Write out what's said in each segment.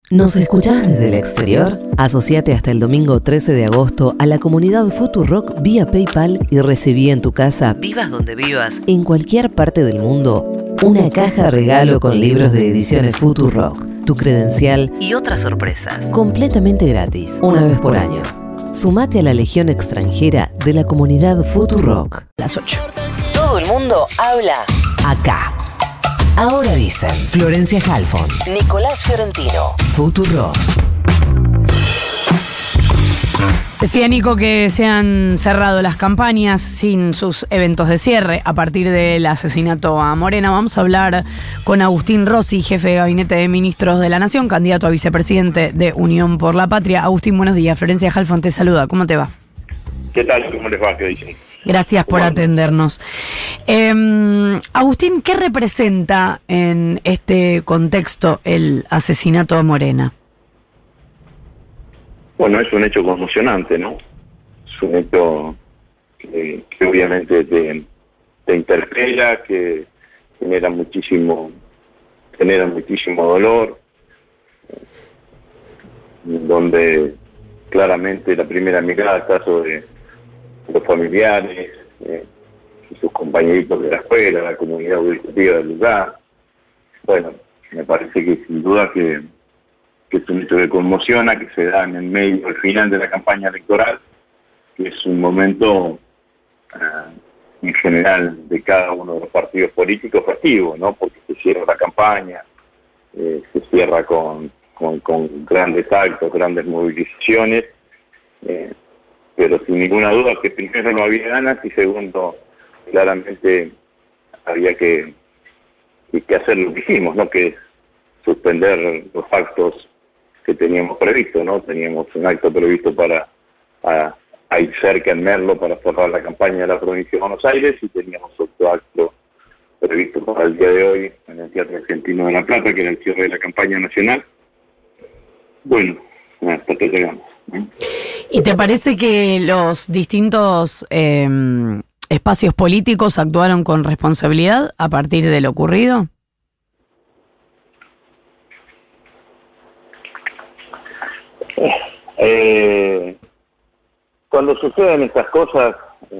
¿Nos escuchás desde el exterior? Asociate hasta el domingo 13 de agosto a la comunidad Futurock vía PayPal y recibí en tu casa, vivas donde vivas, en cualquier parte del mundo, una caja regalo con libros de ediciones Futurock, tu credencial y otras sorpresas, completamente gratis, una vez por año. Sumate a la legión extranjera de la comunidad Futurock. Las 8. Todo el mundo habla acá. Ahora dicen Florencia Halfon, Nicolás Fiorentino, Futurock. Decía Nico que se han cerrado las campañas sin sus eventos de cierre a partir del asesinato a Morena. Vamos a hablar con Agustín Rossi, jefe de Gabinete de Ministros de la Nación, candidato a vicepresidente de Unión por la Patria. Agustín, buenos días. Florencia Halfon te saluda. ¿Cómo te va? ¿Qué tal? ¿Cómo les va? ¿Qué dicen? Gracias por atendernos. Agustín, ¿qué representa en este contexto el asesinato a Morena? Bueno, es un hecho conmocionante, ¿no? Es un hecho que obviamente te interpela, que genera muchísimo dolor, donde claramente la primera mirada está sobre los familiares, sus compañeritos de la escuela, la comunidad educativa del lugar. Bueno, me parece que sin duda que es un hecho que conmociona, que se da en el medio, al final de la campaña electoral, que es un momento en general de cada uno de los partidos políticos festivo, ¿no? Porque se cierra la campaña, se cierra con grandes actos, grandes movilizaciones, pero sin ninguna duda que primero no había ganas y segundo, claramente había que hacer lo que hicimos, ¿no? Que es suspender los actos que teníamos previsto, ¿no? Teníamos un acto previsto para ir cerca en Merlo para cerrar la campaña de la provincia de Buenos Aires y teníamos otro acto previsto para el día de hoy en el Teatro Argentino de La Plata, que era el cierre de la campaña nacional. Bueno, hasta que llegamos, ¿no? ¿Y te parece que los distintos espacios políticos actuaron con responsabilidad a partir de lo ocurrido? Cuando suceden estas cosas,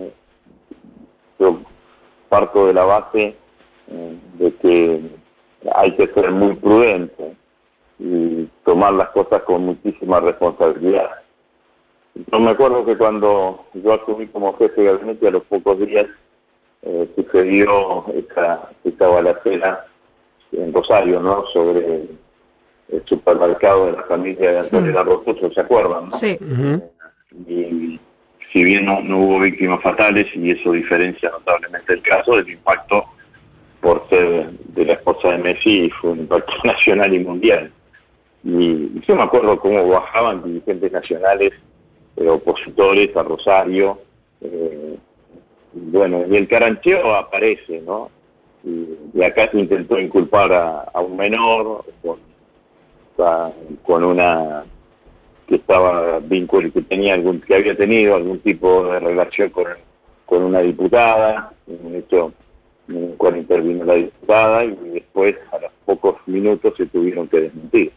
yo parto de la base de que hay que ser muy prudente y tomar las cosas con muchísima responsabilidad. Yo me acuerdo que cuando yo asumí como jefe de gabinete, a los pocos días sucedió esta balacera en Rosario, ¿no? Sobre el supermercado de la familia de Antonella Rosuso, ¿se acuerdan, no? Sí. Y si bien no hubo víctimas fatales, y eso diferencia notablemente el caso, del impacto por ser de la esposa de Messi fue un impacto nacional y mundial. Y yo me acuerdo cómo bajaban dirigentes nacionales, opositores a Rosario, bueno, y el carancheo aparece, ¿no? Y acá se intentó inculpar a un menor con una que estaba vínculo, que había tenido algún tipo de relación con una diputada, un hecho en el cual intervino la diputada y después a los pocos minutos se tuvieron que desmentir.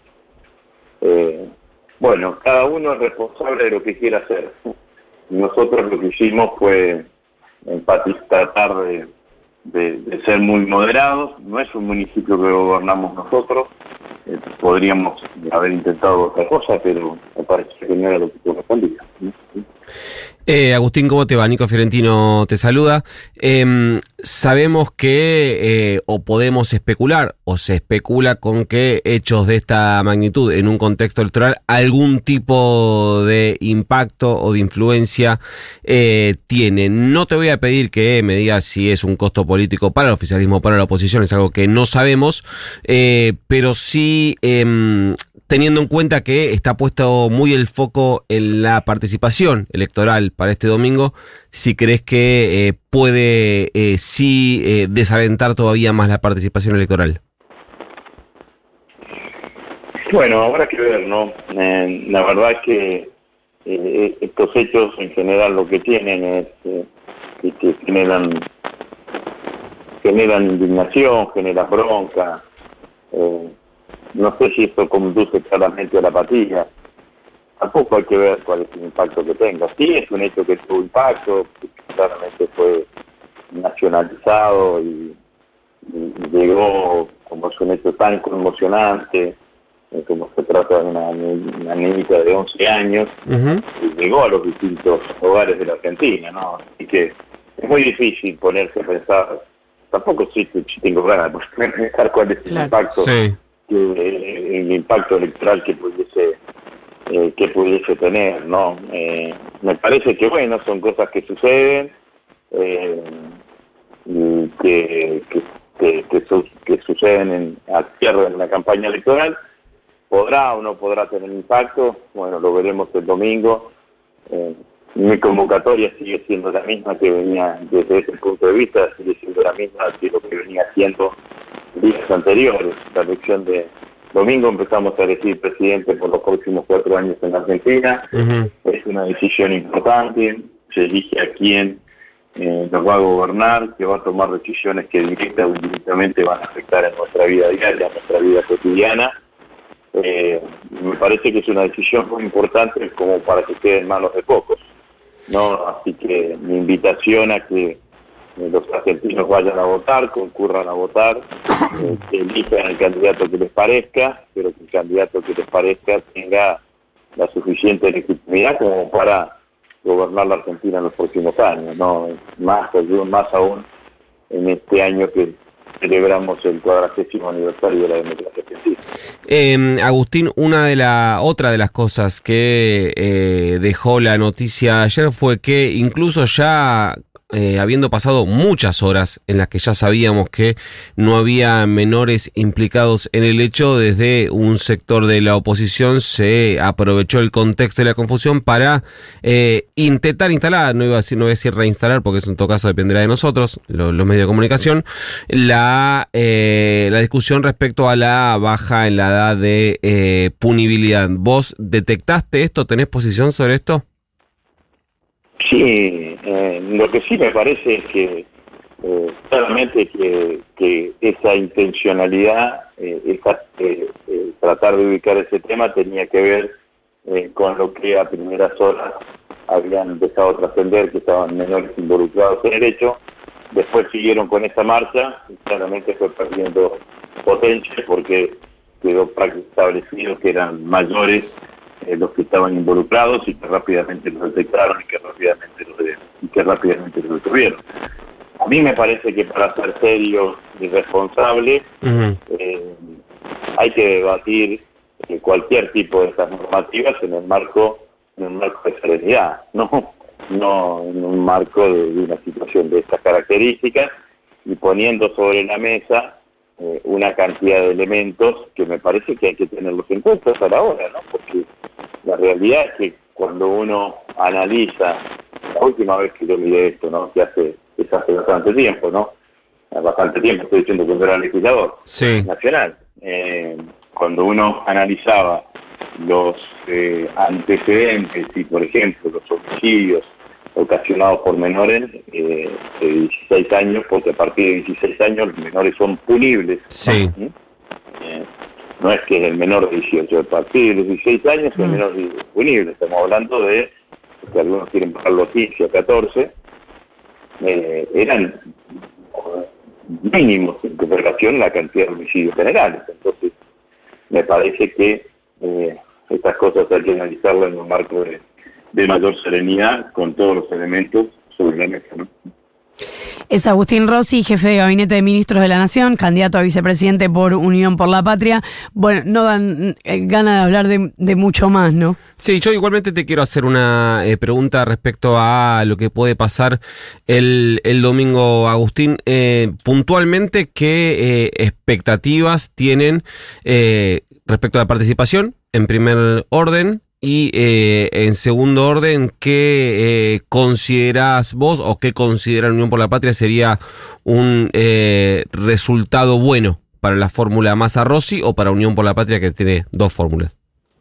Bueno, cada uno es responsable de lo que quiera hacer. Nosotros lo que hicimos fue tratar de ser muy moderados. No es un municipio que gobernamos nosotros. Podríamos haber intentado otra cosa, pero me parece que no era lo que correspondía. Agustín, ¿cómo te va? Nico Fiorentino te saluda. Sabemos que o podemos especular o se especula con que hechos de esta magnitud en un contexto electoral algún tipo de impacto o de influencia tienen. No te voy a pedir que me digas si es un costo político para el oficialismo o para la oposición, es algo que no sabemos, pero sí teniendo en cuenta que está puesto muy el foco en la participación electoral para este domingo, si crees que puede desalentar todavía más la participación electoral. Bueno, habrá que ver, ¿no? La verdad es que estos hechos en general lo que tienen es que generan indignación, generan bronca, no sé si esto conduce claramente a la apatía. Tampoco hay que ver cuál es el impacto que tenga. Sí, es un hecho que tuvo impacto, que claramente fue nacionalizado y llegó, como es un hecho tan conmocionante, como se trata de una niñita de 11 años, y llegó a los distintos hogares de la Argentina, ¿no? Así que es muy difícil ponerse a pensar, tampoco si tengo ganas de pensar cuál es el impacto, el impacto electoral que pudiese tener, ¿no? Me parece que, bueno, son cosas que suceden, y que suceden al cierre de una campaña electoral. ¿Podrá o no podrá tener impacto? Bueno, lo veremos el domingo. Mi convocatoria sigue siendo la misma que venía desde ese punto de vista, sigue siendo la misma que lo que venía haciendo días anteriores. La elección de domingo empezamos a elegir presidente por los próximos 4 años en Argentina. Es una decisión importante, se elige a quién nos va a gobernar, que va a tomar decisiones que directa o indirectamente van a afectar en nuestra vida diaria, en nuestra vida cotidiana. Me parece que es una decisión muy importante como para que quede en manos de pocos, ¿no? Así que mi invitación a que los argentinos vayan a votar, concurran a votar, que elijan el candidato que les parezca, pero que el candidato que les parezca tenga la suficiente legitimidad como para gobernar la Argentina en los próximos años, ¿no? Más aún en este año que celebramos el 40º aniversario de la democracia argentina. Agustín, otra de las cosas que dejó la noticia ayer fue que incluso ya habiendo pasado muchas horas en las que ya sabíamos que no había menores implicados en el hecho, desde un sector de la oposición se aprovechó el contexto de la confusión para intentar instalar, no voy a decir reinstalar, porque eso en todo caso dependerá de nosotros, los medios de comunicación, la discusión respecto a la baja en la edad de punibilidad. ¿Vos detectaste esto? ¿Tenés posición sobre esto? Sí, lo que sí me parece es que claramente que esa intencionalidad, tratar de ubicar ese tema tenía que ver con lo que a primeras horas habían empezado a trascender, que estaban menores involucrados en el hecho. Después siguieron con esa marcha y claramente fue perdiendo potencia porque quedó prácticamente establecido que eran mayores los que estaban involucrados y que rápidamente los detectaron y que rápidamente los detuvieron. A mí me parece que para ser serio y responsable hay que debatir cualquier tipo de estas normativas en un marco de serenidad, no en un marco de una situación de estas características, y poniendo sobre la mesa una cantidad de elementos que me parece que hay que tenerlos en cuenta a la hora, ¿no? Porque la realidad es que cuando uno analiza, la última vez que yo miré esto, ¿no? Que hace bastante tiempo, ¿no? Bastante tiempo, estoy diciendo cuando era legislador nacional. Cuando uno analizaba los antecedentes y, por ejemplo, los homicidios ocasionados por menores de 16 años, porque a partir de 16 años los menores son punibles. Sí. No es que es el menor de 18, a partir de los 16 años el menor es punible. Estamos hablando de, que algunos quieren bajarlo a 15 o 14, eran mínimos en comparación a la cantidad de homicidios generales. Entonces, me parece que estas cosas hay que analizarlas en un marco de mayor serenidad, con todos los elementos sobre la mesa, ¿no? Es Agustín Rossi, jefe de Gabinete de Ministros de la Nación, candidato a vicepresidente por Unión por la Patria. Bueno, no dan ganas de hablar de mucho más, ¿no? Sí, yo igualmente te quiero hacer una pregunta respecto a lo que puede pasar el domingo, Agustín. Puntualmente, ¿qué expectativas tienen respecto a la participación, en primer orden? Y en segundo orden, ¿qué considerás vos o qué considera la Unión por la Patria sería un resultado bueno para la fórmula Massa-Rossi o para Unión por la Patria, que tiene dos fórmulas?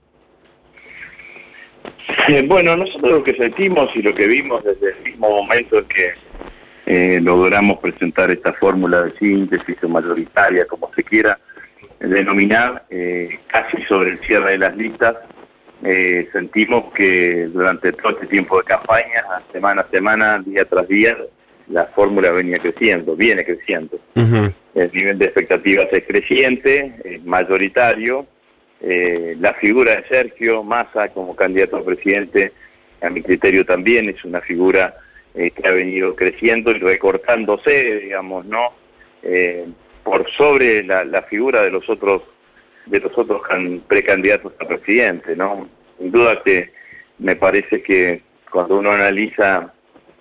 Bueno, nosotros lo que sentimos y lo que vimos desde el mismo momento en que logramos presentar esta fórmula de síntesis o mayoritaria, como se quiera, denominar casi sobre el cierre de las listas. Sentimos que durante todo este tiempo de campaña, semana a semana, día tras día, la fórmula viene creciendo. Uh-huh. El nivel de expectativas es creciente, es mayoritario. La figura de Sergio Massa como candidato a presidente, a mi criterio también, es una figura que ha venido creciendo y recortándose, digamos, ¿no? Por sobre la figura de los otros precandidatos a presidente, ¿no? Sin duda que me parece que cuando uno analiza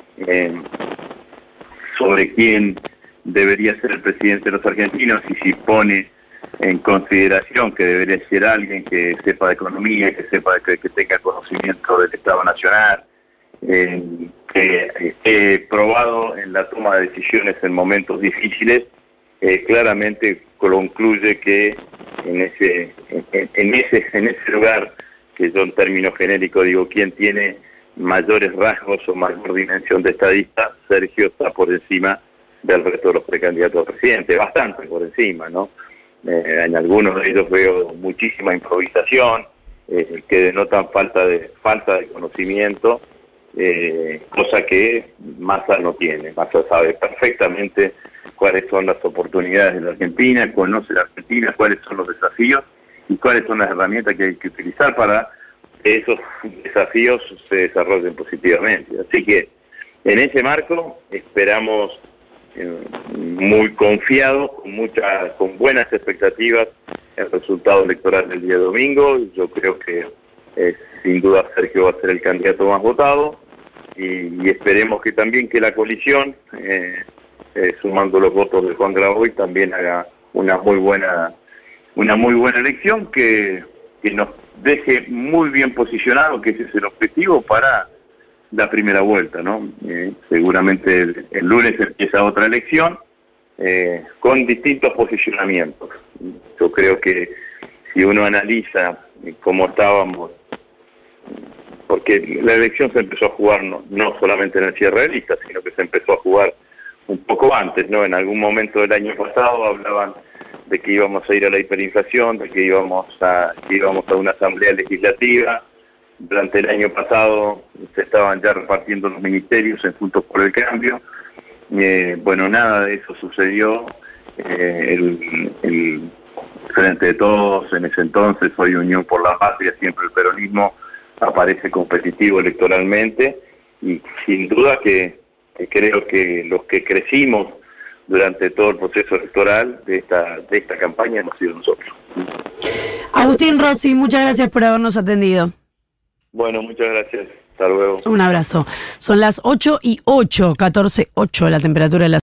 sobre quién debería ser el presidente de los argentinos y si pone en consideración que debería ser alguien que sepa de economía, que tenga conocimiento del Estado Nacional, que esté probado en la toma de decisiones en momentos difíciles, claramente concluye que en ese lugar, que yo en términos genéricos digo, ¿quién tiene mayores rasgos o mayor dimensión de estadista? Sergio está por encima del resto de los precandidatos a presidente, bastante por encima, ¿no? En algunos de ellos veo muchísima improvisación, que denotan falta de conocimiento, cosa que Massa no tiene. Massa sabe perfectamente cuáles son las oportunidades de la Argentina, conoce la Argentina, cuáles son los desafíos y cuáles son las herramientas que hay que utilizar para que esos desafíos se desarrollen positivamente. Así que en ese marco esperamos, muy confiados, con buenas expectativas, el resultado electoral del día domingo. Yo creo que sin duda Sergio va a ser el candidato más votado y esperemos que también que la coalición, sumando los votos de Juan Graboy, también haga una muy buena elección que nos deje muy bien posicionado, que ese es el objetivo para la primera vuelta, ¿no? Seguramente el lunes empieza otra elección con distintos posicionamientos. Yo creo que si uno analiza cómo estábamos, porque la elección se empezó a jugar no solamente en el cierre de listas, sino que se empezó a jugar un poco antes, ¿no? En algún momento del año pasado hablaban de que íbamos a ir a la hiperinflación, de que íbamos a una asamblea legislativa. Durante el año pasado se estaban ya repartiendo los ministerios en Juntos por el Cambio. Bueno, nada de eso sucedió. El Frente de Todos en ese entonces, hoy Unión por la Patria, siempre el peronismo aparece competitivo electoralmente y sin duda que creo que los que crecimos durante todo el proceso electoral de esta campaña hemos sido nosotros. Agustín Rossi, muchas gracias por habernos atendido. Bueno, muchas gracias. Hasta luego. Un abrazo. Son las 8:08, 14:08 la temperatura de la